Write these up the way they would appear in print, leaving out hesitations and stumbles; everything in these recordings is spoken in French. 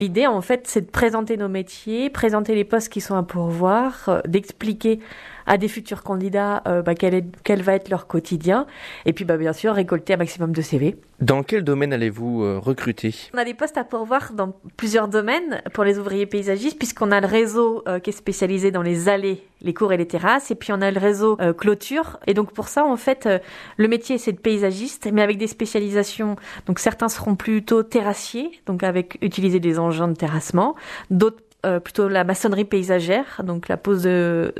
L'idée, en fait, c'est de présenter nos métiers, présenter les postes qui sont à pourvoir, d'expliquer à des futurs candidats quel va être leur quotidien, et puis bien sûr récolter un maximum de CV. Dans quel domaine allez-vous recruter ? On a des postes à pourvoir dans plusieurs domaines pour les ouvriers paysagistes, puisqu'on a le réseau qui est spécialisé dans les allées, les cours et les terrasses, et puis on a le réseau clôture. Et donc pour ça, en fait, le métier c'est de paysagiste, mais avec des spécialisations. Donc certains seront plutôt terrassiers, donc avec utiliser des engins de terrassement, d'autres plutôt la maçonnerie paysagère, donc la pose de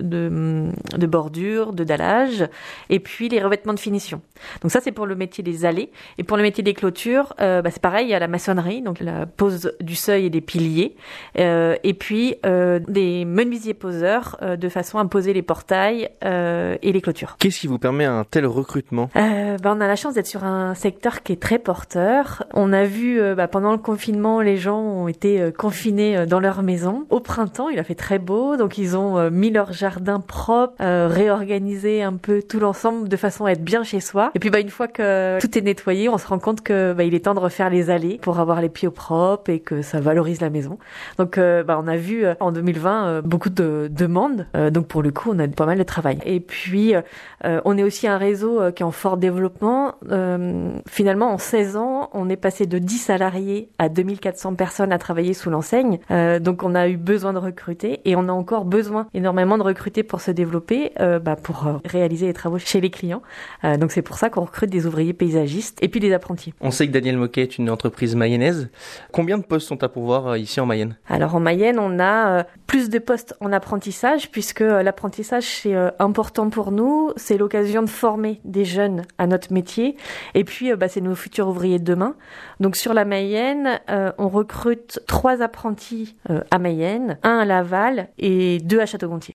bordure, de dallage, et puis les revêtements de finition. Donc ça, c'est pour le métier des allées. Et pour le métier des clôtures, c'est pareil, il y a la maçonnerie, donc la pose du seuil et des piliers, et puis des menuisiers poseurs, de façon à poser les portails et les clôtures. Qu'est-ce qui vous permet un tel recrutement ? On a la chance d'être sur un secteur qui est très porteur. On a vu, pendant le confinement, les gens ont été confinés dans leur maison. Au printemps, il a fait très beau, donc ils ont mis leur jardin propre, réorganisé un peu tout l'ensemble de façon à être bien chez soi. Et puis une fois que tout est nettoyé, on se rend compte que il est temps de refaire les allées pour avoir les pieds au propre et que ça valorise la maison. Donc on a vu en 2020 beaucoup de demandes, donc pour le coup on a pas mal de travail. Et puis on est aussi un réseau qui est en fort développement. Finalement en 16 ans, on est passé de 10 salariés à 2400 personnes à travailler sous l'enseigne. Donc on a eu besoin de recruter et on a encore besoin énormément de recruter pour se développer, pour réaliser les travaux chez les clients. Donc c'est pour ça qu'on recrute des ouvriers paysagistes et puis des apprentis. On sait que Daniel Moquet est une entreprise mayonnaise. Combien de postes sont à pourvoir ici en Mayenne ? Alors en Mayenne, on a plus de postes en apprentissage puisque l'apprentissage c'est important pour nous. C'est l'occasion de former des jeunes à notre métier et puis c'est nos futurs ouvriers de demain. Donc sur la Mayenne, on recrute 3 apprentis à Mayenne, 1 à Laval et 2 à Château-Gontier.